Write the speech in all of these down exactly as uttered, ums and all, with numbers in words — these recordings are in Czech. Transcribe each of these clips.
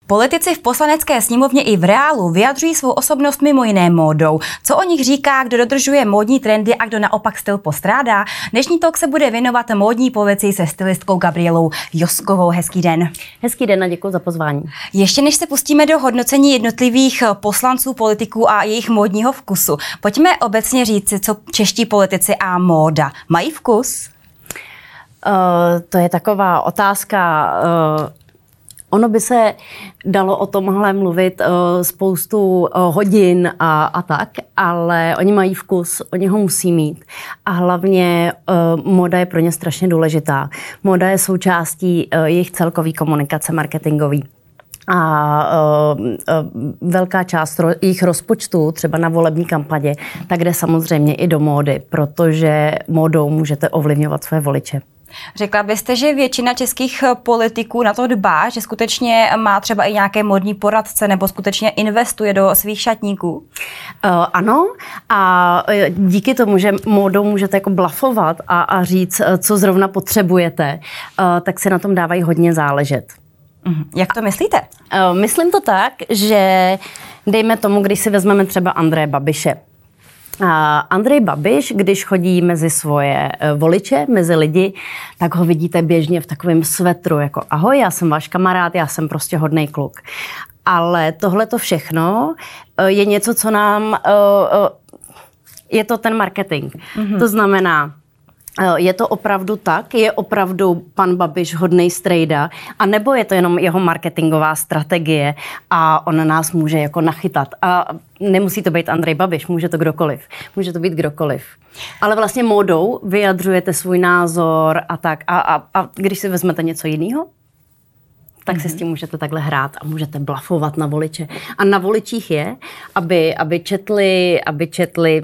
Politici v Poslanecké sněmovně i v reálu vyjadřují svou osobnost mimo jiné módou. Co o nich říká, kdo dodržuje módní trendy a kdo naopak styl postrádá? Dnešní talk se bude věnovat módní policii se stylistkou Gabrielou Joskovou. Hezký den. Hezký den a děkuji za pozvání. Ještě než se pustíme do hodnocení jednotlivých poslanců, politiků a jejich módního vkusu, pojďme obecně říci, co čeští politici a móda. Mají vkus? Uh, to je taková otázka. Uh, ono by se dalo o tomhle mluvit uh, spoustu uh, hodin a, a tak, ale oni mají vkus, oni ho musí mít. A hlavně uh, móda je pro ně strašně důležitá. Móda je součástí uh, jejich celkový komunikace marketingový. A uh, uh, velká část ro- jejich rozpočtu, třeba na volební kampaně, tak jde samozřejmě i do módy, protože módou můžete ovlivňovat své voliče. Řekla byste, že většina českých politiků na to dbá, že skutečně má třeba i nějaké módní poradce nebo skutečně investuje do svých šatníků? Uh, ano, a díky tomu, že módou můžete jako blafovat a, a říct, co zrovna potřebujete, uh, tak se na tom dávají hodně záležet. Jak to myslíte? Uh, myslím to tak, že dejme tomu, když si vezmeme třeba Andreje Babiše. Uh, Andrej Babiš, když chodí mezi svoje uh, voliče, mezi lidi, tak ho vidíte běžně v takovém svetru, jako ahoj, já jsem váš kamarád, já jsem prostě hodnej kluk. Ale tohle to všechno uh, je něco, co nám, uh, uh, je to ten marketing. Mm-hmm. To znamená, je to opravdu tak? Je opravdu pan Babiš hodnej strejda? A nebo je to jenom jeho marketingová strategie a on nás může jako nachytat? A nemusí to být Andrej Babiš, může to kdokoliv. Může to být kdokoliv. Ale vlastně módou vyjadřujete svůj názor a tak. A, a, a když si vezmete něco jiného, tak mm-hmm. si s tím můžete takhle hrát a můžete blafovat na voliče. A na voličích je, aby, aby četli, aby četli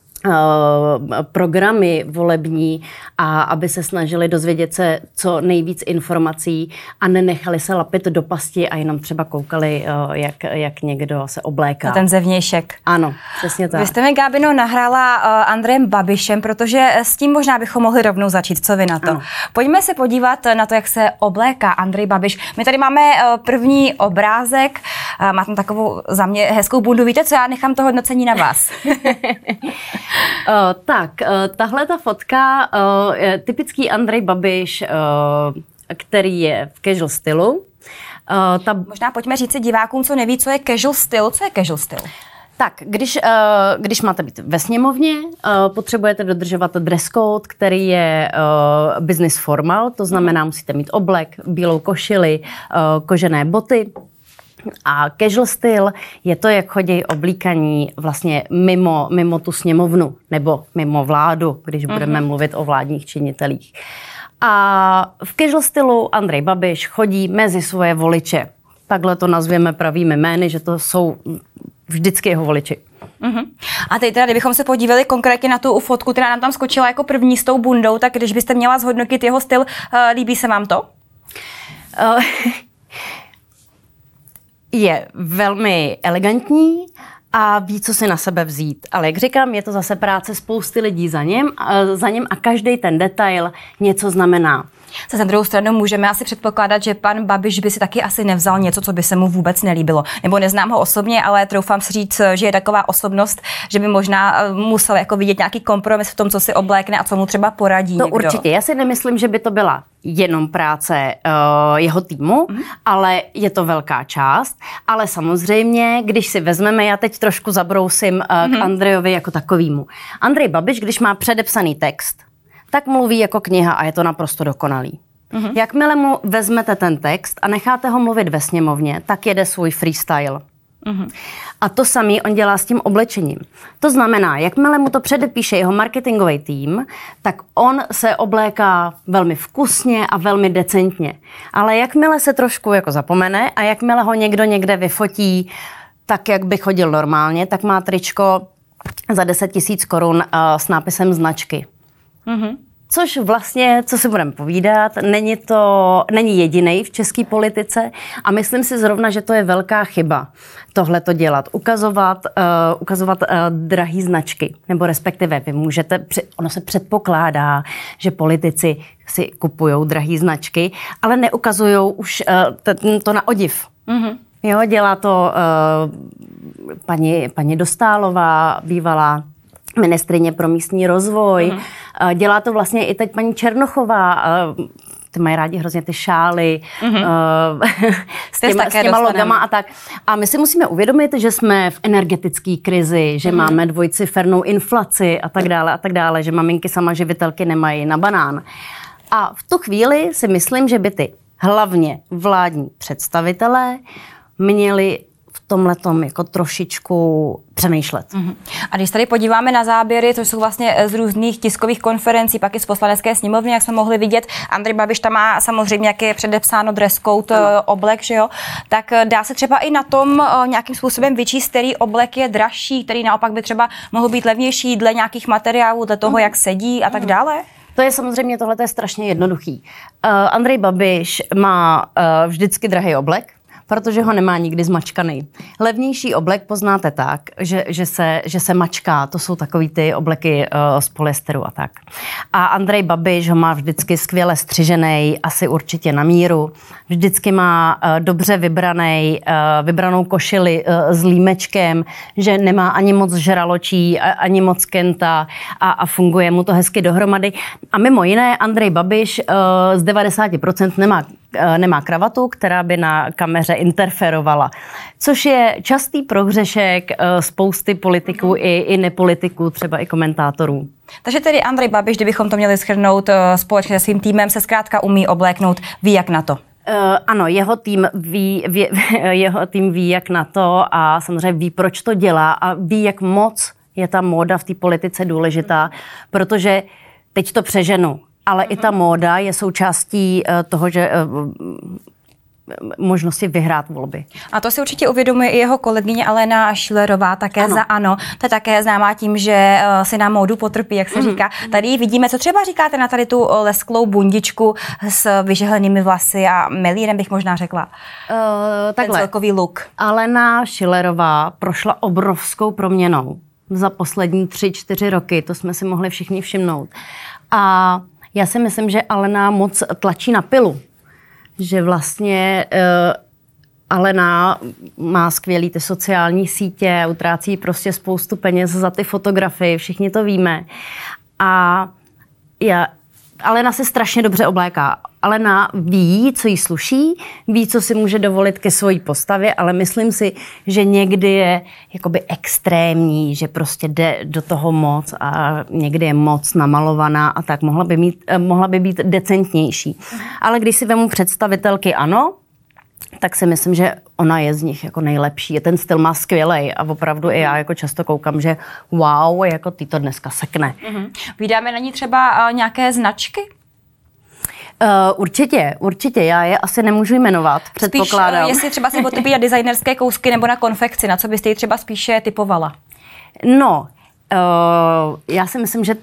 programy volební a aby se snažili dozvědět se co nejvíc informací a nenechali se lapit do pasti a jenom třeba koukali, jak, jak někdo se obléká. Na ten zevnějšek. Ano, přesně tak. Vy jste mi, Gábino, nahrála Andrejem Babišem, protože s tím možná bychom mohli rovnou začít. Co vy na to? Ano. Pojďme se podívat na to, jak se obléká Andrej Babiš. My tady máme první obrázek. Má tam takovou za mě hezkou bundu. Víte co, já nechám to hodnocení na vás. Uh, tak, uh, tahle ta fotka, uh, je typický Andrej Babiš, uh, který je v casual stylu. Uh, ta... Možná pojďme říct si divákům, co neví, co je casual styl. Co je casual styl? Tak, když, uh, když máte být ve sněmovně, uh, potřebujete dodržovat dress code, který je uh, business formal, to znamená, musíte mít oblek, bílou košili, uh, kožené boty. A casual styl je to, jak chodí oblíkaní vlastně mimo, mimo tu sněmovnu nebo mimo vládu, když mm-hmm. budeme mluvit o vládních činitelích. A v casual stylu Andrej Babiš chodí mezi svoje voliče. Takhle to nazvěme pravými jmény, že to jsou vždycky jeho voliči. Mm-hmm. A teď teda, kdybychom se podívali konkrétně na tu fotku, která nám tam skočila jako první s tou bundou, tak když byste měla zhodnotit jeho styl, uh, líbí se vám to? Uh, Je velmi elegantní a ví, co si na sebe vzít. Ale jak říkám, je to zase práce spousty lidí za ním, za ním a každý ten detail něco znamená. Se na druhou stranu můžeme asi předpokládat, že pan Babiš by si taky asi nevzal něco, co by se mu vůbec nelíbilo. Nebo neznám ho osobně, ale troufám si říct, že je taková osobnost, že by možná musel jako vidět nějaký kompromis v tom, co si oblékne a co mu třeba poradí to někdo. Určitě. Já si nemyslím, že by to byla jenom práce uh, jeho týmu, mm. ale je to velká část. Ale samozřejmě, když si vezmeme, já teď trošku zabrousím uh, mm. k Andrejovi jako takovýmu. Andrej Babiš, když má předepsaný text, tak mluví jako kniha a je to naprosto dokonalý. Mm-hmm. Jakmile mu vezmete ten text a necháte ho mluvit ve sněmovně, tak jede svůj freestyle. Mm-hmm. A to samý on dělá s tím oblečením. To znamená, jakmile mu to předepíše jeho marketingový tým, tak on se obléká velmi vkusně a velmi decentně. Ale jakmile se trošku jako zapomene a jakmile ho někdo někde vyfotí tak, jak by chodil normálně, tak má tričko za deset tisíc korun uh, s nápisem značky. Mm-hmm. Což vlastně, co si budeme povídat, není to, není jedinej v české politice a myslím si zrovna, že to je velká chyba tohle to dělat. Ukazovat, uh, ukazovat uh, drahý značky, nebo respektive vy můžete, ono se předpokládá, že politici si kupujou drahý značky, ale neukazujou už uh, to, to na odiv. Mm-hmm. Jo, dělá to uh, paní, paní Dostálová, bývalá ministryně pro místní rozvoj. Mm-hmm. Uh, dělá to vlastně i teď paní Černochová. Uh, ty mají rádi hrozně ty šály mm-hmm. uh, s těma, s těma logama a tak. A my si musíme uvědomit, že jsme v energetické krizi, že mm-hmm. máme dvojcifernou inflaci a tak dále a tak dále, že maminky samoživitelky nemají na banán. A v tu chvíli si myslím, že by ty hlavně vládní představitelé měli v tomhletom jako trošičku přemýšlet. Uh-huh. A když tady podíváme na záběry, to jsou vlastně z různých tiskových konferencí, pak i z poslanecké sněmovny, jak jsme mohli vidět, Andrej Babiš tam má samozřejmě, jak je předepsáno dress code, ano. oblek, že jo, tak dá se třeba i na tom nějakým způsobem vyčíst, který oblek je dražší, který naopak by třeba mohl být levnější dle nějakých materiálů, dle toho, uh-huh. jak sedí a tak dále? To je samozřejmě, tohle je strašně jednoduchý. Uh, Andrej Babiš má uh, vždycky drahý oblek, protože ho nemá nikdy zmačkaný. Levnější oblek poznáte tak, že, že, se, že se mačká, to jsou takový ty obleky uh, z polyesteru a tak. A Andrej Babiš ho má vždycky skvěle střižený, asi určitě na míru. Vždycky má uh, dobře vybranej, uh, vybranou košili uh, s límečkem, že nemá ani moc žraločí, a, ani moc kenta a, a funguje mu to hezky dohromady. A mimo jiné Andrej Babiš uh, z devadesát procent nemá nemá kravatu, která by na kameře interferovala. Což je častý prohřešek spousty politiků i, i nepolitiků, třeba i komentátorů. Takže tedy Andrej Babiš, kdybychom to měli shrnout společně se svým týmem, se zkrátka umí obléknout, ví jak na to. Uh, ano, jeho tým, ví, ví, jeho tým ví jak na to a samozřejmě ví, proč to dělá a ví, jak moc je ta móda v té politice důležitá, protože teď to přeženu. Ale mm-hmm. i ta móda je součástí uh, toho, že uh, možnosti vyhrát volby. A to si určitě uvědomuje i jeho kolegyně Alena Schillerová, také ano. za ANO. To je také známá tím, že uh, si na módu potrpí, jak se mm-hmm. říká. Tady vidíme, co třeba říkáte na tady tu lesklou bundičku s vyžehlenými vlasy a melírem, bych možná řekla. Uh, Ten celkový look. Alena Schillerová prošla obrovskou proměnou za poslední tři, čtyři roky. To jsme si mohli všichni všimnout. A já si myslím, že Alena moc tlačí na pilu. Že vlastně uh, Alena má skvělý ty sociální sítě, utrácí prostě spoustu peněz za ty fotografie, všichni to víme. A já, Alena se strašně dobře obléká. Alena ví, co jí sluší, ví, co si může dovolit ke svojí postavě, ale myslím si, že někdy je jakoby extrémní, že prostě jde do toho moc a někdy je moc namalovaná a tak mohla by, mít, mohla by být decentnější. Ale když si vemu představitelky ANO, tak si myslím, že ona je z nich jako nejlepší. Ten styl má skvělej a opravdu i já jako často koukám, že wow, jako ty to dneska sekne. Mm-hmm. Vydáme na ní třeba uh, nějaké značky? Uh, určitě, určitě. Já je asi nemůžu jmenovat, předpokládám. Spíš, uh, jestli třeba si potřebuje na designerské kousky nebo na konfekci, na co byste ji třeba spíše typovala? No, uh, já si myslím, že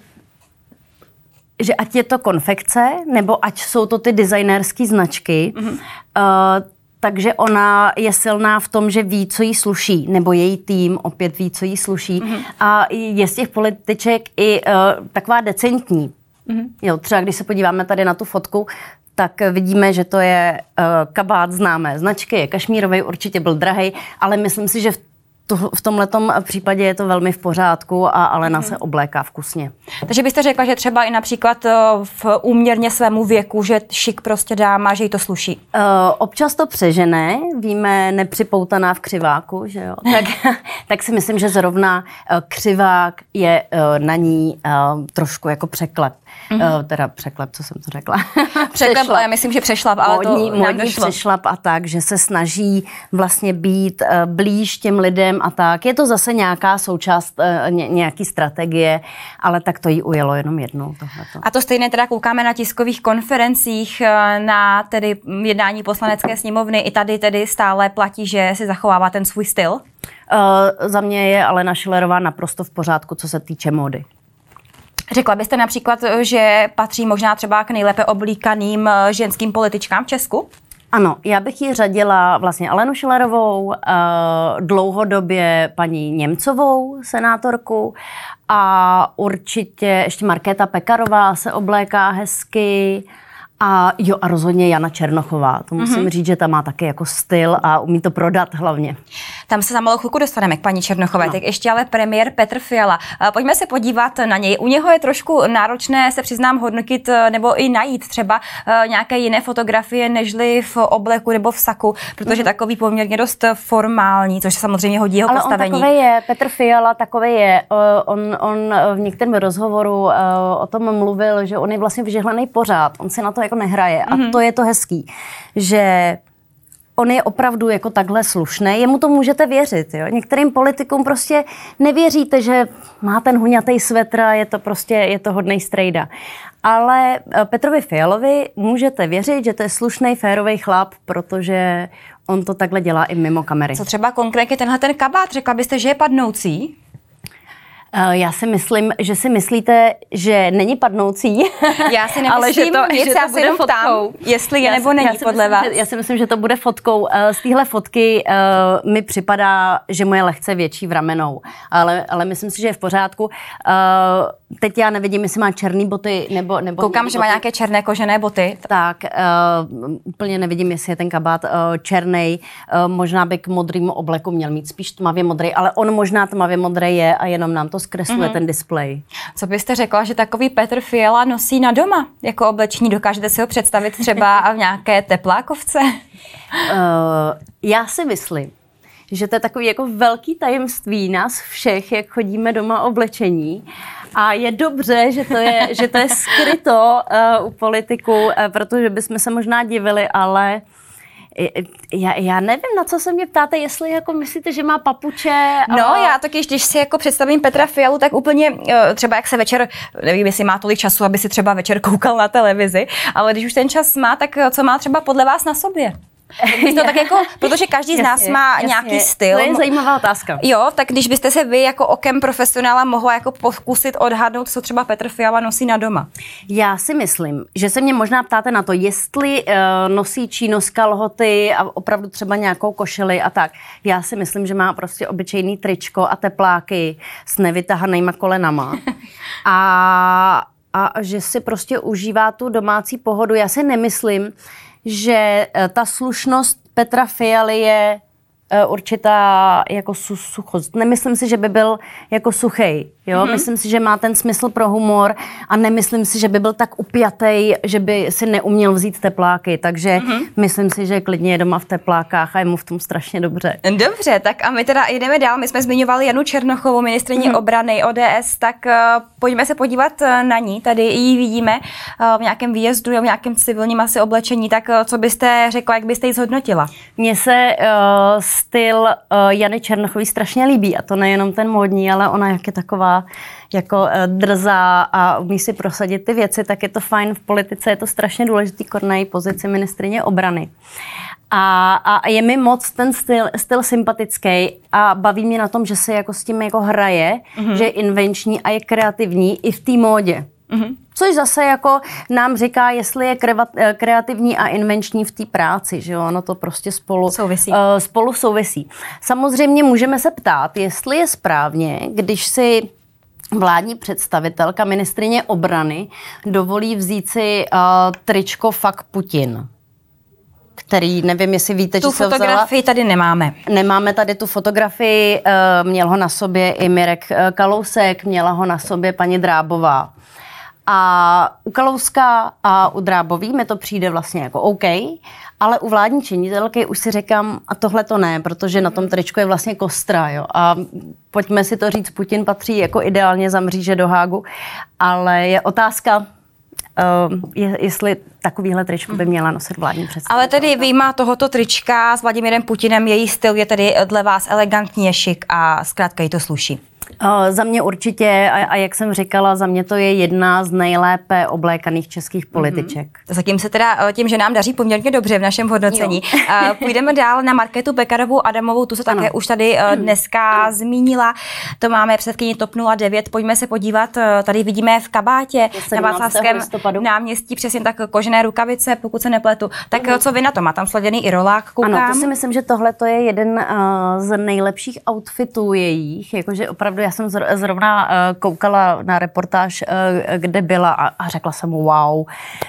že ať je to konfekce, nebo ať jsou to ty designerské značky, mm-hmm. uh, takže ona je silná v tom, že ví, co jí sluší, nebo její tým opět ví, co jí sluší. Mm-hmm. A je z těch političek i uh, taková decentní. Mm-hmm. Jo, třeba když se podíváme tady na tu fotku, tak vidíme, že to je uh, kabát známé značky, je kašmírový, určitě byl drahej, ale myslím si, že v To, v tomhletom případě je to velmi v pořádku a Alena hmm. se obléká vkusně. Takže byste řekla, že třeba i například v úměrně svému věku, že šik prostě dáma, že jí to sluší? Uh, občas to přežené, víme, nepřipoutaná v křiváku, že jo? tak, tak si myslím, že zrovna uh, křivák je uh, na ní uh, trošku jako překlep. Mm-hmm. Uh, teda překlep, co jsem to řekla? Překlep, já myslím, že přešlap, ale módní, to módní přešlap a tak, že se snaží vlastně být uh, blíž těm lidem a tak. Je to zase nějaká součást uh, ně, nějaký strategie, ale tak to jí ujelo jenom jednou. Tohleto. A to stejné teda koukáme na tiskových konferencích, uh, na tedy jednání poslanecké sněmovny. I tady tedy stále platí, že si zachovává ten svůj styl? Uh, za mě je Alena Schillerová naprosto v pořádku, co se týče módy. Řekla byste například, že patří možná třeba k nejlépe oblíkaným ženským političkám v Česku? Ano, já bych ji řadila vlastně Alenu Schillerovou, dlouhodobě paní Němcovou, senátorku, a určitě ještě Markéta Pekarová se obléká hezky A jo, a rozhodně Jana Černochová. To musím mm-hmm. říct, že ta má taky jako styl a umí to prodat hlavně. Tam se za malou chvilku dostaneme k paní Černochové. No. Tak ještě ale premiér Petr Fiala. Pojďme se podívat na něj. U něho je trošku náročné, se přiznám, hodnotit nebo i najít třeba nějaké jiné fotografie, nežli v obleku nebo v saku, protože mm-hmm. takový poměrně dost formální, což samozřejmě hodí jeho ale postavení. On takový je, Petr Fiala takový je. On, on v některém rozhovoru o tom mluvil, že on je vlastně vyžehlený pořád. On si na to jako nehraje. A mm-hmm. to je to hezký, že on je opravdu jako takhle slušný. Jemu to můžete věřit. Jo? Některým politikům prostě nevěříte, že má ten huňatý svetr a je to prostě, je to hodnej strejda. Ale Petrovi Fialovi můžete věřit, že to je slušný, férový chlap, protože on to takhle dělá i mimo kamery. Co třeba konkrétně tenhle ten kabát? Řekla byste, že je padnoucí? Já si myslím, že si myslíte, že není padnoucí. Já si nemyslím, ale že to, nic, že já to si jenom ptám, jestli je nebo není podle myslím, vás. Že, já si myslím, že to bude fotkou. Z téhle fotky uh, mi připadá, že mu je lehce větší v ramenou. Ale, ale myslím si, že je v pořádku. Uh, teď já nevidím, jestli má černý boty nebo... nebo Koukám, že má nějaké černé kožené boty. Tak, uh, úplně nevidím, jestli je ten kabát uh, černej. Uh, možná by k modrému obleku měl mít spíš tmavě modrý, ale on možná tmavě modrý je a jenom nám to zkresluje mm-hmm. ten displej. Co byste řekla, že takový Petr Fiala nosí na doma jako oblečení? Dokážete si ho představit třeba v nějaké teplákovce? Uh, já si myslím, že to je takový jako velký tajemství nás všech, jak chodíme doma oblečení. A je dobře, že to je, že to je skryto uh, u politiků, uh, protože bychom se možná divili, ale Já, já nevím, na co se mě ptáte, jestli jako myslíte, že má papuče. A... No, já taky, když si jako představím Petra Fialu, tak úplně třeba jak se večer, nevím, jestli má tolik času, aby si třeba večer koukal na televizi, ale když už ten čas má, tak co má třeba podle vás na sobě? To tak jako, protože každý z nás jasně, má jasně. nějaký styl. To je zajímavá otázka. Jo, tak když byste se vy jako okem profesionála mohla jako pokusit odhadnout, co třeba Petr Fiala nosí na doma. Já si myslím, že se mě možná ptáte na to, jestli uh, nosí čínos, kalhoty a opravdu třeba nějakou košili a tak. Já si myslím, že má prostě obyčejný tričko a tepláky s nevytahanýma kolenama. a, a že si prostě užívá tu domácí pohodu. Já si nemyslím, že ta slušnost Petra Fialy je uh, určitá jako su- suchost. Nemyslím si, že by byl jako suchej. Jo? Mm-hmm. Myslím si, že má ten smysl pro humor a nemyslím si, že by byl tak upjatej, že by si neuměl vzít tepláky. Takže mm-hmm. myslím si, že klidně je doma v teplákách a je mu v tom strašně dobře. Dobře, tak a my teda jdeme dál. My jsme zmiňovali Janu Černochovou, ministryni mm-hmm. obrany O D S, tak uh, pojďme se podívat na ní. Tady ji vidíme uh, v nějakém výjezdu, v nějakém civilním asi oblečení. Tak uh, co byste řekla, jak byste ji zhodnotila? Mně se uh, styl uh, Jany Černochové strašně líbí a to nejenom ten módní, ale ona jak je taková jako drzá a umí si prosadit ty věci, tak je to fajn. V politice je to strašně důležitý na její pozici ministryně obrany. A, a je mi moc ten styl, styl sympatický a baví mě na tom, že se jako s tím jako hraje, mm-hmm. že je invenční a je kreativní i v té módě. Mm-hmm. Což zase jako nám říká, jestli je kreativní a invenční v té práci, že jo, ono to prostě spolu souvisí. Uh, spolu souvisí. Samozřejmě můžeme se ptát, jestli je správně, když si vládní představitelka, ministryně obrany, dovolí vzít si uh, tričko Fuck Putin, který, nevím, jestli víte, tu že se vzala. Tu fotografii tady nemáme. Nemáme tady tu fotografii, uh, měl ho na sobě i Mirek Kalousek, měla ho na sobě paní Drábová. A u Kalouska a u Drábový mi to přijde vlastně jako OK, ale u vládní činitelky už si říkám, a tohle to ne, protože na tom tričku je vlastně kostra, jo. A pojďme si to říct, Putin patří jako ideálně za mříže do Hágu, ale je otázka, Uh, je, jestli takovýhle tričko by měla nosit vládní představitelka. Ale tedy vyjma tohoto trička s Vladimirem Putinem, její styl je tedy dle vás elegantně šik a zkrátka jí to sluší. Uh, za mě určitě a, a jak jsem říkala, za mě to je jedna z nejlépe oblékaných českých političek. Mm-hmm. Zatím se teda tím, že nám daří poměrně dobře v našem hodnocení. Uh, půjdeme dál na Markétu Pekarovou Adamovou, tu se také ano. už tady uh, dneska ano. zmínila. To máme předsedkyni TOP nula devět. Pojďme se podívat, uh, tady vidíme v kabátě na Václavském náměstí přesně tak kožené rukavice, pokud se nepletu. Tak mm-hmm. co vy na to? Má tam sladěný i rolák, koukám. Ano, to si myslím, že tohle to je jeden uh, z nejlepších outfitů jejich, jakože opravdu opravdu, já jsem zrovna koukala na reportáž, kde byla a řekla jsem mu wow.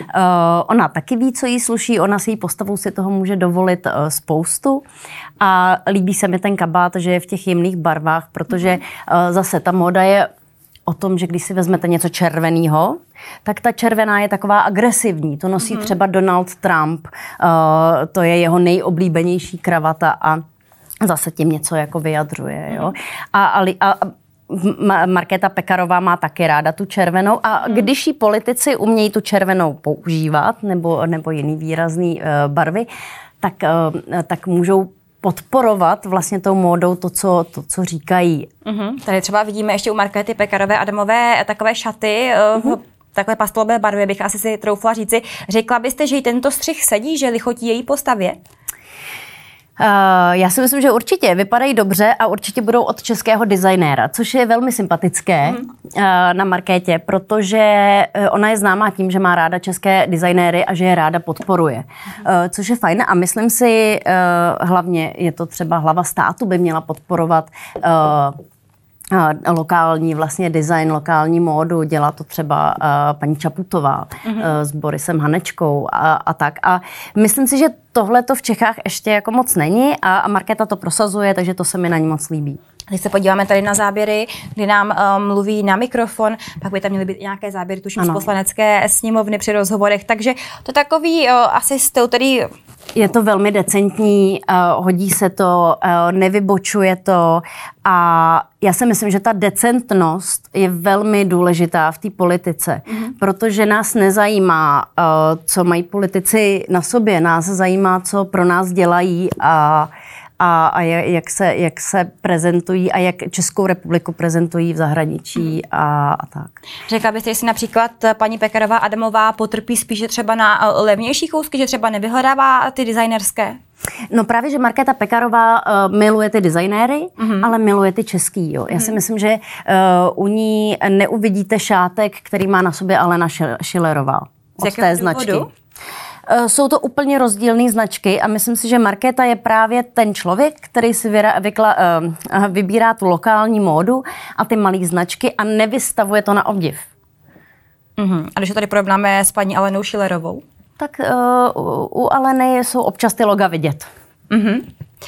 Ona taky ví, co jí sluší, ona s její postavou si toho může dovolit spoustu a líbí se mi ten kabát, že je v těch jemných barvách, protože zase ta móda je o tom, že když si vezmete něco červeného, tak ta červená je taková agresivní. To nosí mm-hmm. třeba Donald Trump, uh, to je jeho nejoblíbenější kravata a zase tím něco jako vyjadřuje. Jo? A, a, a Markéta Pekarová má taky ráda tu červenou a mm. když jí politici umějí tu červenou používat nebo, nebo jiný výrazný uh, barvy, tak, uh, tak můžou podporovat vlastně tou módou to, co, to, co říkají. Mm-hmm. Tady třeba vidíme ještě u Markéty Pekarové Adamové takové šaty, mm-hmm. takové pastelové barvy, bych asi si troufla říci. Řekla byste, že jí tento střih sedí, že lichotí její postavě? Uh, já si myslím, že určitě vypadají dobře a určitě budou od českého designéra, což je velmi sympatické mm. uh, na Markétě, protože ona je známá tím, že má ráda české designéry a že je ráda podporuje, uh, což je fajn a myslím si, uh, hlavně je to třeba hlava státu by měla podporovat uh, lokální vlastně design, lokální módu, dělá to třeba uh, paní Čaputová mm-hmm. uh, s Borisem Hanečkou a, a tak. A myslím si, že tohle to v Čechách ještě jako moc není a, a Markéta to prosazuje, takže to se mi na ní moc líbí. Když se podíváme tady na záběry, kdy nám um, mluví na mikrofon, pak by tam měly být nějaké záběry, tuším, z poslanecké sněmovny při rozhovorech, takže to takový uh, asi styl, který... Je to velmi decentní, uh, hodí se to, uh, nevybočuje to a já si myslím, že ta decentnost je velmi důležitá v té politice, mm-hmm. protože nás nezajímá, uh, co mají politici na sobě, nás zajímá, co pro nás dělají a A, a jak, se, jak se prezentují a jak Českou republiku prezentují v zahraničí a, a tak. Řekla byste, jestli například paní Pekarová Adamová potrpí spíše třeba na levnější kousky, že třeba nevyhledává ty designerské? No právě, že Markéta Pekarová uh, miluje ty designéry, mm-hmm. ale miluje ty český. Jo. Já si mm-hmm. myslím, že uh, u ní neuvidíte šátek, který má na sobě Alena Schillerová. Od té značky. Jsou to úplně rozdílné značky a myslím si, že Markéta je právě ten člověk, který si vyra, vykla, uh, vybírá tu lokální módu a ty malé značky a nevystavuje to na obdiv. Uh-huh. A když to tady porovnáme s paní Alenou Schillerovou? Tak uh, u, u Aleny jsou občas ty loga vidět. Uh-huh.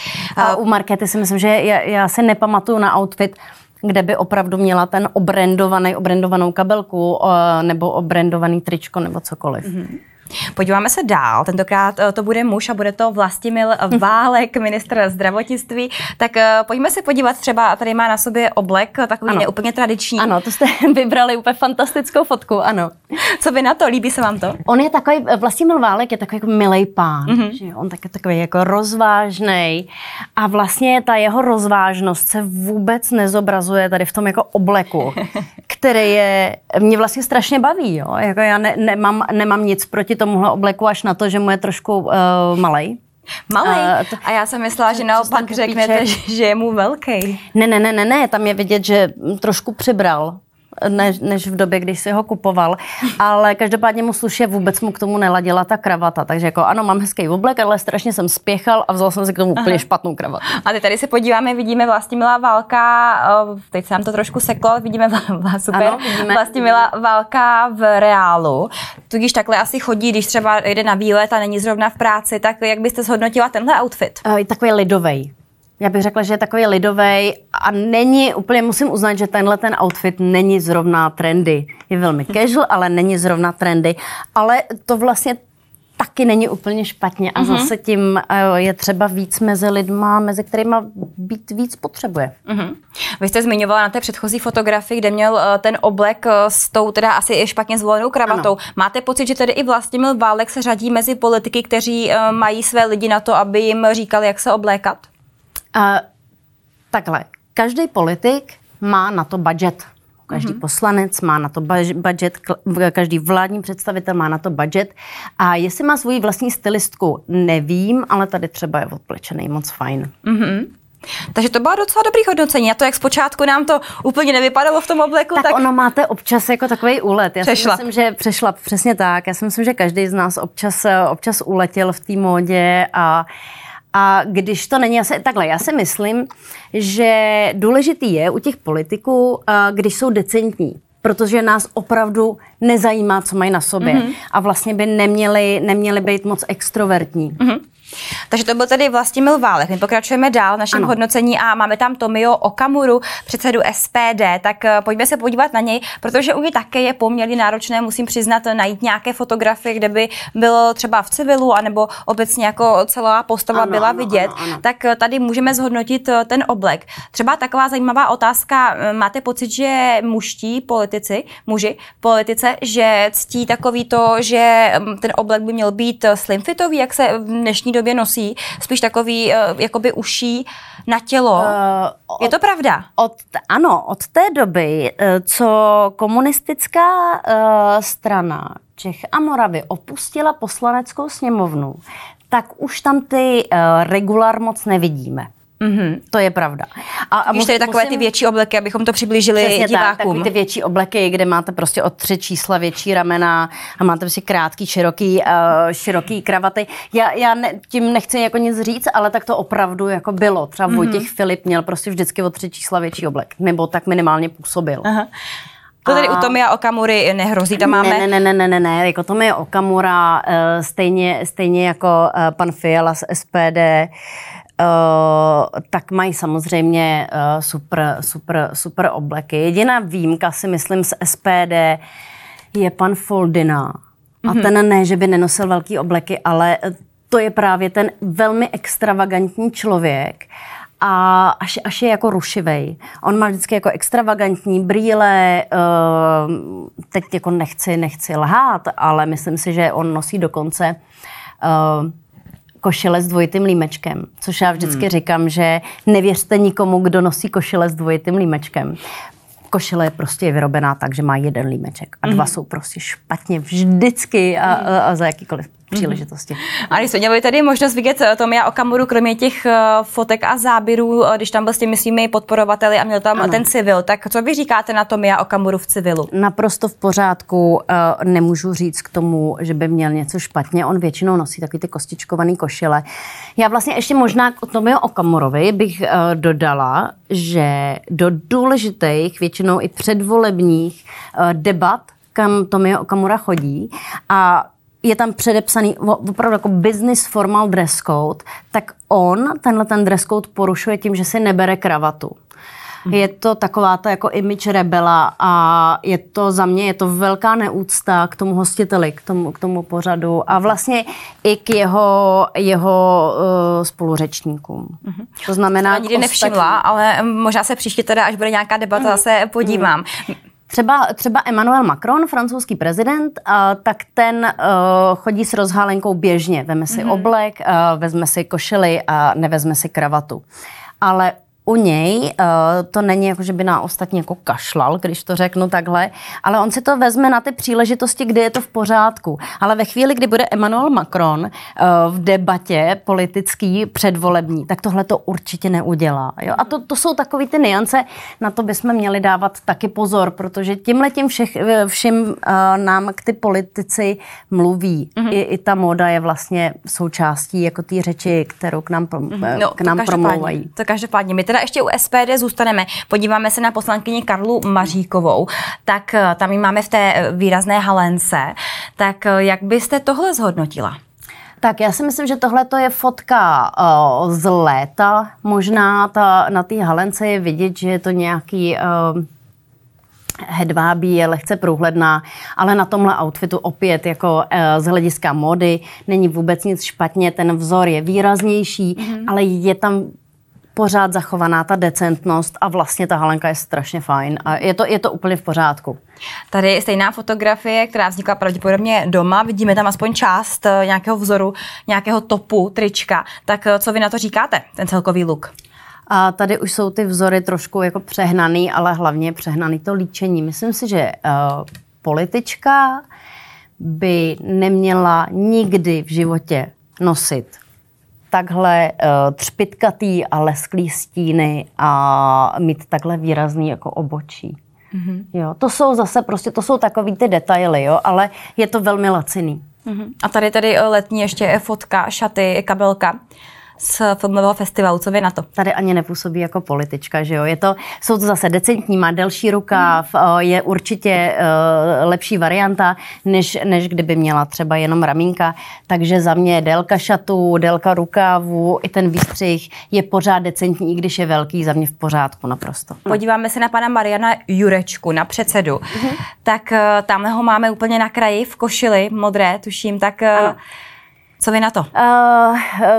A uh, u Markéty si myslím, že já, já si nepamatuju na outfit, kde by opravdu měla ten obrandovaný, obrandovanou kabelku uh, nebo obrandovaný tričko nebo cokoliv. Uh-huh. Podíváme se dál. Tentokrát to bude muž a bude to Vlastimil Válek, ministr zdravotnictví. Tak pojďme se podívat, třeba tady má na sobě oblek, takový neúplně tradiční. Ano, to jste vybrali úplně fantastickou fotku, ano. Co vy na to? Líbí se vám to? On je takový, Vlastimil Válek je takový jako milej pán, mm-hmm. že on tak je takový jako rozvážnej a vlastně ta jeho rozvážnost se vůbec nezobrazuje tady v tom jako obleku, který je, mě vlastně strašně baví, jo. Jako já ne, nemám, nemám nic proti tomuhle obleku, až na to, že mu je trošku uh, malej. Malej? Uh, to, a já jsem myslela, že naopak řeknete, že je mu velký. Ne, ne, ne, ne, ne, tam je vidět, že trošku přibral. Než, než v době, když si ho kupoval. Ale každopádně mu sluší, vůbec mu k tomu neladila ta kravata. Takže jako ano, mám hezký oblek, ale strašně jsem spěchal a vzal jsem si k tomu úplně špatnou kravatu. A teď tady se podíváme, vidíme Vlastimila Válka, teď se nám to trošku seklo, vidíme vla, super, ano, vidíme. Vlastimila Válka v reálu. Tudíž takhle asi chodí, když třeba jde na výlet a není zrovna v práci, tak jak byste zhodnotila tenhle outfit? Uh, takový lidovej. Já bych řekla, že je takový lidovej a není, úplně musím uznat, že tenhle ten outfit není zrovna trendy. Je velmi casual, ale není zrovna trendy. Ale to vlastně taky není úplně špatně a mm-hmm. zase tím je třeba víc mezi lidma, mezi kterými být víc potřebuje. Mm-hmm. Vy jste zmiňovala na té předchozí fotografii, kde měl ten oblek s tou teda asi špatně zvolenou kravatou. Ano. Máte pocit, že tedy i Vlastimil Válek se řadí mezi politiky, kteří mají své lidi na to, aby jim říkali, jak se oblékat? Uh, takhle, každý politik má na to budget. Každý mm-hmm. poslanec má na to budget, každý vládní představitel má na to budget. A jestli má svoji vlastní stylistku, nevím, ale tady třeba je odplečený moc fajn. Mm-hmm. Takže to bylo docela dobrý hodnocení. A to, jak zpočátku nám to úplně nevypadalo v tom obleku, tak... tak... ono máte občas jako takovej úlet. Já přešlap. si myslím, že přešlap, přesně tak. Já si myslím, že každý z nás občas, občas uletěl v té módě a A když to není asi takhle, já si myslím, že důležitý je u těch politiků, když jsou decentní, protože nás opravdu nezajímá, co mají na sobě. Mm-hmm. A vlastně by neměli, neměli být moc extrovertní. Mm-hmm. Takže to byl tedy Vlastimil Válek. My pokračujeme dál v našem ano. hodnocení a máme tam Tomio Okamuru, předsedu S P D. Tak pojďme se podívat na něj, protože u něj také je poměrně náročné, musím přiznat, najít nějaké fotografie, kde by bylo třeba v civilu, anebo obecně jako celá postava ano, byla ano, vidět. Ano, ano. Tak tady můžeme zhodnotit ten oblek. Třeba taková zajímavá otázka. Máte pocit, že mužští politici, muži v politice, že ctí takový to, že ten oblek by měl být slimfitový, jak se v dnešní době nosí, spíš takový uh, jakoby uší na tělo. Uh, od, je to pravda? Od, ano, od té doby, co komunistická uh, strana Čech a Moravy opustila poslaneckou sněmovnu, tak už tam ty uh, regulár moc nevidíme. Mm-hmm. To je pravda. A, a musím, takové ty větší obleky, abychom to přiblížili přesně divákům. Tak, takový ty větší obleky, kde máte prostě o tři čísla větší ramena a máte prostě krátký, široký, uh, široký kravaty. Já, já ne, tím nechci jako nic říct, ale tak to opravdu jako bylo. Třeba mm-hmm. Vojtěch Filip měl prostě vždycky o tři čísla větší oblek. Nebo tak minimálně působil. Aha. To tady a... u Tomia Okamury nehrozí, tam máme... Ne, ne, ne, ne, ne, ne, jako Tomio Okamura, uh, stejně, stejně jako uh, pan Fiala z S P D, Uh, tak mají samozřejmě uh, super, super, super obleky. Jediná výjimka si myslím z S P D je pan Foldina. Mm-hmm. A ten ne, že by nenosil velký obleky, ale to je právě ten velmi extravagantní člověk a až, až je jako rušivej. On má vždycky jako extravagantní brýle, uh, teď jako nechci, nechci lhát, ale myslím si, že on nosí dokonce uh, košile s dvojitým límečkem, což já vždycky hmm. říkám, že nevěřte nikomu, kdo nosí košile s dvojitým límečkem. Košile je prostě vyrobená tak, že má jeden límeček a dva hmm. jsou prostě špatně vždycky a, a, a za jakýkoliv příležitosti. A když jsme měli tady možnost vidět Tomia Okamuru, kromě těch fotek a záběrů, když tam byl s těmi svými podporovateli a měl tam ano. ten civil, tak co vy říkáte na Tomia Okamuru v civilu? Naprosto v pořádku, nemůžu říct k tomu, že by měl něco špatně. On většinou nosí takový ty kostičkovaný košile. Já vlastně ještě možná k Tomio Okamurovi bych dodala, že do důležitých, většinou i předvolebních debat, kam Tomio Okamura chodí a je tam předepsaný opravdu jako business formal dress code, tak on tenhle ten dress code porušuje tím, že si nebere kravatu. Mm. Je to taková ta jako image rebela a je to za mě je to velká neúcta k tomu hostiteli, k tomu, k tomu pořadu a vlastně i k jeho, jeho uh, spoluřečníkům. Mm. To znamená... Já nikdy nevšimla, ale možná se příště teda, až bude nějaká debata, mm. zase podívám. Mm. Třeba, třeba Emmanuel Macron, francouzský prezident, uh, tak ten uh, chodí s rozhálenkou běžně. Veme si mm-hmm. oblek, uh, vezme si košili a nevezme si kravatu. Ale u něj uh, to není jako, že by na ostatní jako kašlal, když to řeknu takhle, ale on si to vezme na ty příležitosti, kdy je to v pořádku. Ale ve chvíli, kdy bude Emmanuel Macron uh, v debatě politický předvolební, tak tohle to určitě neudělá. Jo? A to, to jsou takový ty niance, na to bychom měli dávat taky pozor, protože tímhletím všech, všim uh, nám k ty politici mluví. Mm-hmm. I, I ta móda je vlastně součástí jako té řeči, kterou k nám, mm-hmm. no, k nám to promlouvají. To každopádně. My teda ještě u S P D zůstaneme. Podíváme se na poslankyni Karlu Maříkovou. Tak tam ji máme v té výrazné halence. Tak jak byste tohle zhodnotila? Tak já si myslím, že tohle je fotka uh, z léta. Možná ta, na té halence je vidět, že je to nějaký uh, hedvábí, je lehce průhledná, ale na tomhle outfitu opět jako uh, z hlediska módy není vůbec nic špatně. Ten vzor je výraznější, mm-hmm. ale je tam pořád zachovaná ta decentnost a vlastně ta halenka je strašně fajn a je to, je to úplně v pořádku. Tady stejná fotografie, která vznikla pravděpodobně doma, vidíme tam aspoň část nějakého vzoru, nějakého topu, trička. Tak co vy na to říkáte, ten celkový look? A tady už jsou ty vzory trošku jako přehnaný, ale hlavně přehnaný to líčení. Myslím si, že uh, politička by neměla nikdy v životě nosit takhle uh, třpitkatý a lesklý stíny a mít takhle výrazný jako obočí. Mm-hmm. Jo, to jsou zase prostě, to jsou takový ty detaily, jo, ale je to velmi laciný. Mm-hmm. A tady tady letní ještě fotka, šaty, kabelka. z filmového festivalu. Co vy na to? Tady ani nepůsobí jako politička, že jo? Je to, jsou to zase decentní, má delší rukáv, mm. je určitě uh, lepší varianta, než, než kdyby měla třeba jenom ramínka. Takže za mě délka šatu, délka rukávu, i ten výstřih je pořád decentní, i když je velký, za mě v pořádku naprosto. Podíváme se na pana Mariana Jurečku, na předsedu. Mm-hmm. Tak uh, tamhle ho máme úplně na kraji v košili, modré, tuším, tak uh, co vy na to? Uh,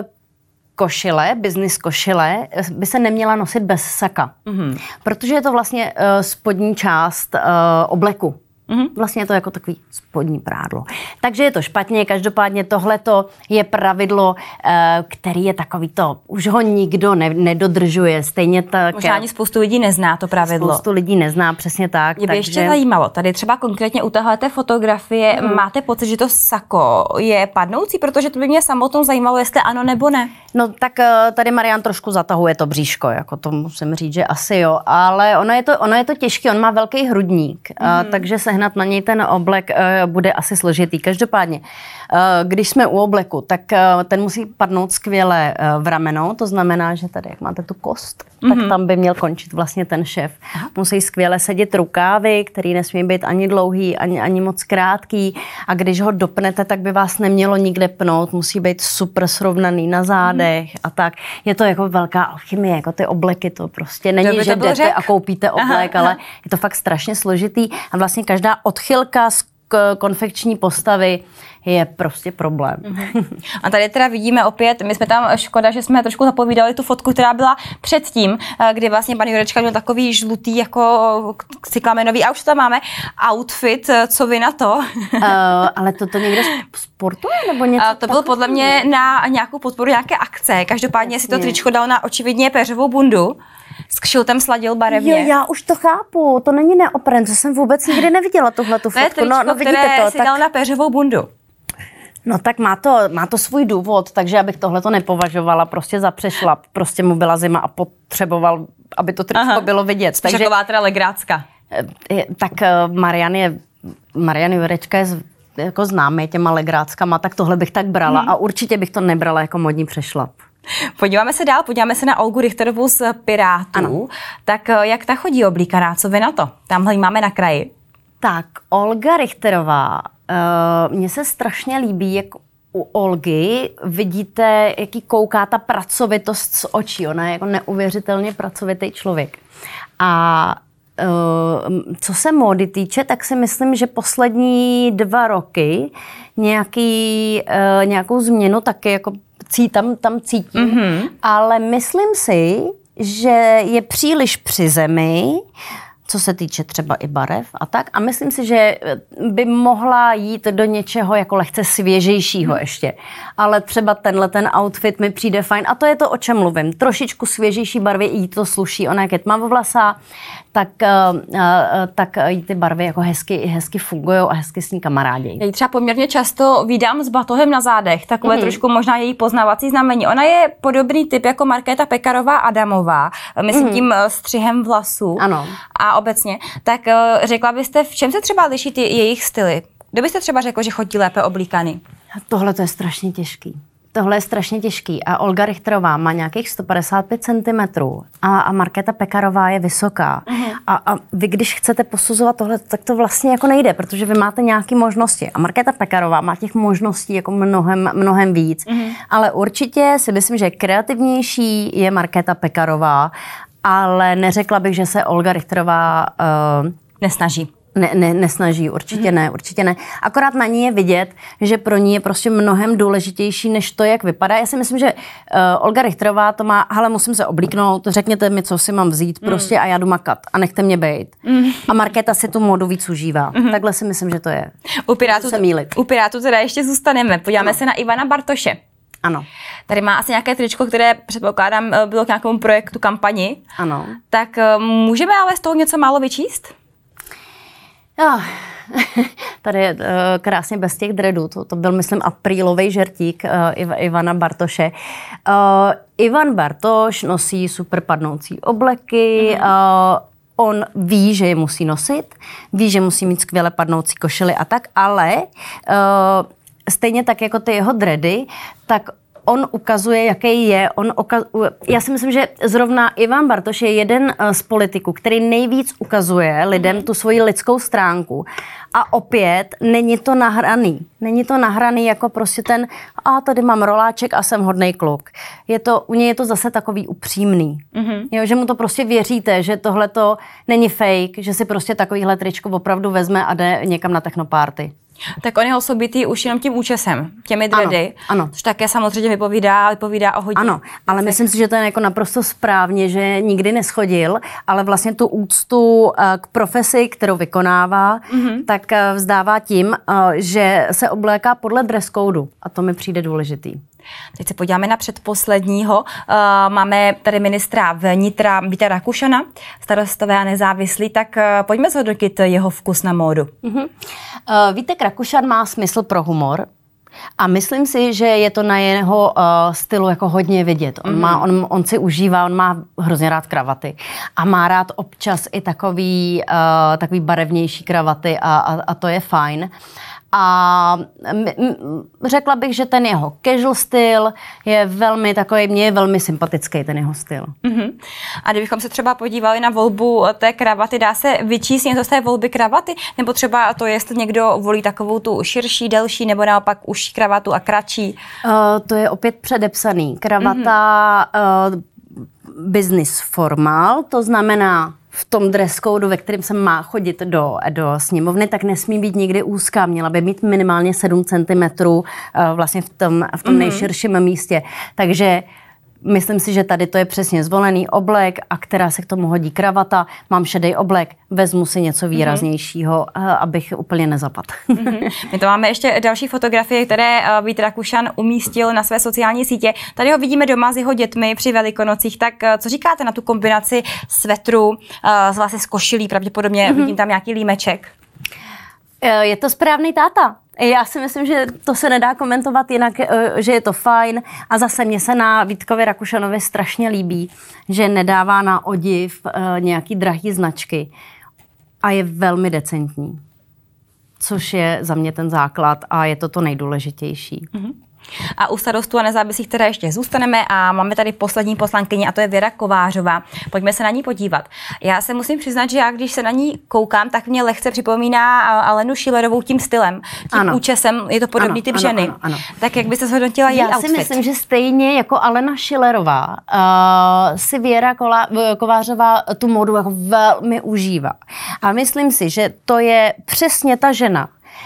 košile, business košile, by se neměla nosit bez saka. Mm-hmm. Protože je to vlastně uh, spodní část uh, obleku. Mm-hmm. Vlastně je to jako takový spodní prádlo. Takže je to špatně, každopádně tohleto je pravidlo, který je takový to, už ho nikdo ne, nedodržuje. Stejně tak... Možná ani spoustu lidí nezná to pravidlo. Spoustu lidí nezná, přesně tak. Mě by takže... ještě zajímalo, tady třeba konkrétně u téhleté fotografie mm. máte pocit, že to sako je padnoucí, protože to by mě samotnou zajímalo, jestli ano nebo ne. No tak tady Marian trošku zatahuje to bříško, jako to musím říct, že asi jo, ale ono je to, ono je to těžké, on má velký hrudník, mm. takže se hned na něj ten oblek uh, bude asi složitý. Každopádně, uh, když jsme u obleku, tak uh, ten musí padnout skvěle uh, v ramenou, to znamená, že tady, jak máte tu kost, mm-hmm. tak tam by měl končit vlastně ten šev. Aha. Musí skvěle sedět rukávy, který nesmí být ani dlouhý, ani, ani moc krátký, a když ho dopnete, tak by vás nemělo nikde pnout, musí být super srovnaný na zádech mm. a tak. Je to jako velká alchymie, jako ty obleky, to prostě není, to že jdete řek? a koupíte oblek, aha, ale aha. je to fakt strašně složitý a vlastně každá odchylka z konfekční postavy je prostě problém. Mm-hmm. A tady teda vidíme opět, my jsme tam, škoda, že jsme trošku zapovídali tu fotku, která byla předtím, kdy vlastně pan Jurečka měl takový žlutý jako cyklamenový, a už tam máme outfit, co vy na to? Uh, ale to, to někde sportuje nebo něco? Uh, to bylo podle mě na nějakou podporu nějaké akce, každopádně si to tričko dal na očividně péřovou bundu. S kšiltem sladil barevně. Jo, já už to chápu, to není neopren, to jsem vůbec nikdy neviděla tuhletu fotku. To je tričko, no, no, vidíte které to, si tak... dal na péřovou bundu. No tak má to, má to svůj důvod, takže abych tohleto nepovažovala prostě za přešlap. Prostě mu byla zima a potřeboval, aby to tričko Aha. bylo vidět. Takže taková teda legrácka. Tak Marian je, Marian Jurečka je jako známý těma legráckama, tak tohle bych tak brala hmm. a určitě bych to nebrala jako modní přešlap. Podíváme se dál, podíváme se na Olgu Richterovou z Pirátů. Ano. Tak jak ta chodí oblíkaná, co vy na to? Tamhle ji máme na kraji. Tak, Olga Richterová, uh, mně se strašně líbí, jak u Olgy vidíte, jaký kouká ta pracovitost z očí. Ona je jako neuvěřitelně pracovitý člověk. A uh, co se módy týče, tak si myslím, že poslední dva roky nějaký, uh, nějakou změnu taky jako tam, tam cítím, mm-hmm. ale myslím si, že je příliš při zemi, co se týče třeba i barev a tak. A myslím si, že by mohla jít do něčeho jako lehce svěžejšího ještě. Ale třeba tenhle ten outfit mi přijde fajn. A to je to, o čem mluvím. Trošičku svěžejší barvy, jí to sluší. Ona jak je tmavovlasá, tak, uh, uh, tak jí ty barvy jako hezky, hezky fungují a hezky s ní kamarádějí. Já ji třeba poměrně často vídám s batohem na zádech. Takové mm-hmm. trošku možná její poznávací znamení. Ona je podobný typ jako Markéta Pekarová Adamová. Myslím mm-hmm. tím střihem vlasů. Ano. A obecně. Tak řekla byste, v čem se třeba liší ty jejich styly? Kdo byste třeba řekl, že chodí lépe oblíkaný? Tohle to je strašně těžký. Tohle je strašně těžký. A Olga Richterová má nějakých sto padesát pět centimetrů a, a Markéta Pekarová je vysoká. Uh-huh. A, a vy, když chcete posuzovat tohle, tak to vlastně jako nejde, protože vy máte nějaké možnosti. A Markéta Pekarová má těch možností jako mnohem, mnohem víc. Uh-huh. Ale určitě si myslím, že kreativnější je Markéta Pekarová, ale neřekla bych, že se Olga Richterová uh, nesnaží. Ne, ne, nesnaží, určitě mm. ne, určitě ne. Akorát na ní je vidět, že pro ní je prostě mnohem důležitější, než to, jak vypadá. Já si myslím, že uh, Olga Richterová to má, hele, musím se oblíknout, řekněte mi, co si mám vzít prostě mm. a já jdu makat a nechte mě bejt. Mm. A Markéta si tu módu víc užívá. Mm. Takhle si myslím, že to je. U Pirátů, se mýlit. U Pirátů teda ještě zůstaneme. Podíváme no. se na Ivana Bartoše. Ano. Tady má asi nějaké tričko, které předpokládám bylo k nějakému projektu, kampani. Ano. Tak uh, můžeme ale z toho něco málo vyčíst? Oh, tady je uh, krásně bez těch dreadů. To, to byl, myslím, aprílový žertík uh, Iv- Ivana Bartoše. Uh, Ivan Bartoš nosí super padnoucí obleky, mm. uh, on ví, že je musí nosit, ví, že musí mít skvěle padnoucí košily a tak, ale uh, stejně tak jako ty jeho dready, tak on ukazuje, jaký je. On ukazuje, já si myslím, že zrovna Ivan Bartoš je jeden z politiků, který nejvíc ukazuje lidem tu svoji lidskou stránku. A opět není to nahraný. Není to nahraný jako prostě ten, a tady mám roláček a jsem hodnej kluk. Je to, u něj je to zase takový upřímný. Mm-hmm. Jo, že mu to prostě věříte, že tohle to není fake, že si prostě takovýhle tričko opravdu vezme a jde někam na technoparty. Tak on je osobitý už jenom tím účesem, těmi dready, ano, ano. což také samozřejmě vypovídá, vypovídá o hodně. Ano, ale myslím si, že to je jako naprosto správně, že nikdy neschodil, ale vlastně tu úctu k profesi, kterou vykonává, mm-hmm. tak vzdává tím, že se obléká podle dress codeu a to mi přijde důležitý. Teď se podíváme na předposledního. Uh, máme tady ministra vnitra Víta Rakušana, Starostové a nezávislí, tak uh, pojďme zhodnotit jeho vkus na módu. Uh-huh. Uh, Vítek Rakušan má smysl pro humor a myslím si, že je to na jeho uh, stylu jako hodně vidět. On, mm-hmm. má, on, on si užívá, on má hrozně rád kravaty a má rád občas i takový, uh, takový barevnější kravaty a, a, a to je fajn. A řekla bych, že ten jeho casual styl je velmi takový, mně je velmi sympatický ten jeho styl. Uh-huh. A kdybychom se třeba podívali na volbu té kravaty, dá se vyčíst něco z té volby kravaty? Nebo třeba to, jestli někdo volí takovou tu širší, delší, nebo naopak užší kravatu a kratší? Uh, to je opět předepsaný. Kravata uh-huh. uh, business formal, to znamená v tom dress codeu, ve kterém se má chodit do, do sněmovny, tak nesmí být nikdy úzká. Měla by mít minimálně sedm centimetrů uh, vlastně v tom, v tom mm-hmm. nejširším místě. Takže myslím si, že tady to je přesně zvolený oblek, a která se k tomu hodí kravata. Mám šedý oblek, vezmu si něco výraznějšího, mm-hmm. abych úplně nezapadl. Mm-hmm. My to máme ještě další fotografie, které Vít Rakušan umístil na své sociální sítě. Tady ho vidíme doma s jeho dětmi při Velikonocích. Tak co říkáte na tu kombinaci svetru s vlastně s košilí? Pravděpodobně mm-hmm. vidím tam nějaký límeček. Je to správný táta. Já si myslím, že to se nedá komentovat jinak, že je to fajn. A zase mě se na Vítkovi Rakušanovi strašně líbí, že nedává na odiv nějaký drahý značky a je velmi decentní. Což je za mě ten základ a je to to nejdůležitější. Mm-hmm. A u Starostů a nezávislých teda ještě zůstaneme a máme tady poslední poslankyni a to je Věra Kovářová. Pojďme se na ní podívat. Já se musím přiznat, že já když se na ní koukám, tak mě lehce připomíná Alenu Schillerovou tím stylem, tím ano. účesem, je to podobný ano, typ ano, ženy. Ano, ano. Tak jak byste zhodnotila její outfit? Já si myslím, že stejně jako Alena Schillerová uh, si Věra Kola- Kovářová tu módu jako velmi užívá. A myslím si, že to je přesně ta žena,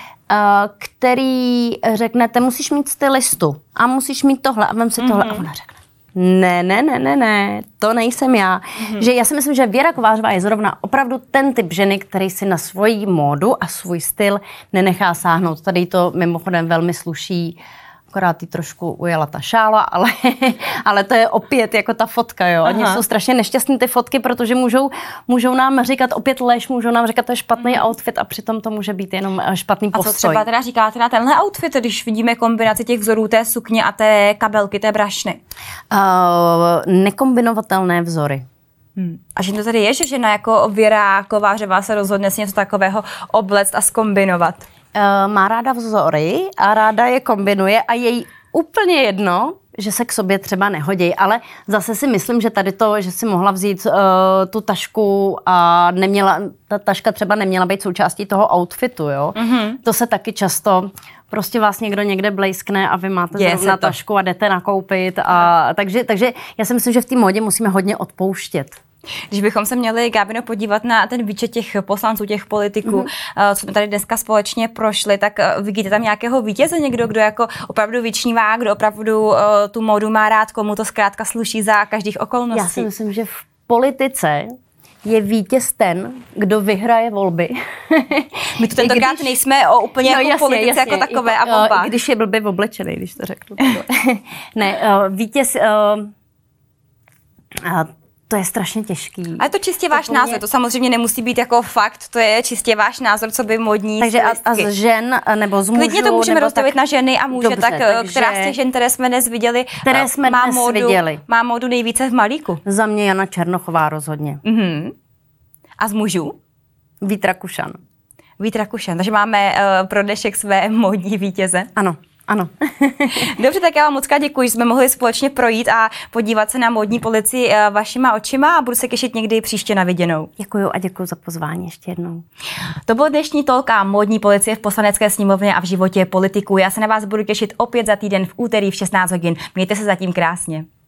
který řeknete, musíš mít stylistu a musíš mít tohle a vem si tohle mm-hmm. a ona řekne, ne, ne, ne, ne, ne, to nejsem já. Mm-hmm. Že já si myslím, že Věra Kovářová je zrovna opravdu ten typ ženy, který si na svoji módu a svůj styl nenechá sáhnout. Tady to mimochodem velmi sluší, akorát jí trošku ujela ta šála, ale, ale to je opět jako ta fotka, jo. Oni jsou strašně nešťastní ty fotky, protože můžou, můžou nám říkat opět lež, můžou nám říkat, to je špatný mm. outfit a přitom to může být jenom špatný postoj. A co třeba teda říkáte na tenhle outfit, když vidíme kombinaci těch vzorů té sukně a té kabelky, té brašny? Uh, nekombinovatelné vzory. Hmm. A že to tady je, že žena jako Věra Kovářová se rozhodne si něco takového oblect a zkombinovat? Uh, má ráda vzory a ráda je kombinuje a je jí úplně jedno, že se k sobě třeba nehodí, ale zase si myslím, že tady to, že si mohla vzít uh, tu tašku a neměla, ta taška třeba neměla být součástí toho outfitu, jo. Mm-hmm. To se taky často, prostě vás někdo někde blejskne a vy máte je zrovna tašku a jdete nakoupit a takže, takže já si myslím, že v té módě musíme hodně odpouštět. Když bychom se měli, Gábino, podívat na ten výčet těch poslanců, těch politiků, mm-hmm. co jsme tady dneska společně prošli, tak vidíte tam nějakého vítěze, někdo, kdo jako opravdu vyčnívá, kdo opravdu uh, tu módu má rád, komu to zkrátka sluší za každých okolností? Já si myslím, že v politice je vítěz ten, kdo vyhraje volby. My tu tentokrát když... nejsme o úplně no, jako jasně, politice jasně, jako takové jako, a volbách. Když je blbě oblečený, když to řeknu. Ne, uh, vítěz... Uh, uh, To je strašně těžký. A je to čistě váš to názor, mě... to samozřejmě nemusí být jako fakt, to je čistě váš názor, co by modní takže a, a z žen nebo z mužů. Klidně to můžeme rozstavit tak... na ženy a muže, Dobře, tak takže... která z těch žen, které jsme dnes viděli, které jsme má, dnes módu, viděli. má módu nejvíce v malíku? Za mě Jana Černochová rozhodně. Uh-huh. A z mužů? Vít Rakušan. Vít Rakušan, takže máme uh, pro dnešek své módní vítěze. Ano. Ano. Dobře, tak já vám moc děkuji, že jsme mohli společně projít a podívat se na módní policii vašima očima a budu se těšit někdy příště na viděnou. Děkuji a děkuji za pozvání ještě jednou. To byl dnešní talk a módní policie v Poslanecké sněmovně a v životě politiků. Já se na vás budu těšit opět za týden v úterý v šestnáct hodin. Mějte se zatím krásně.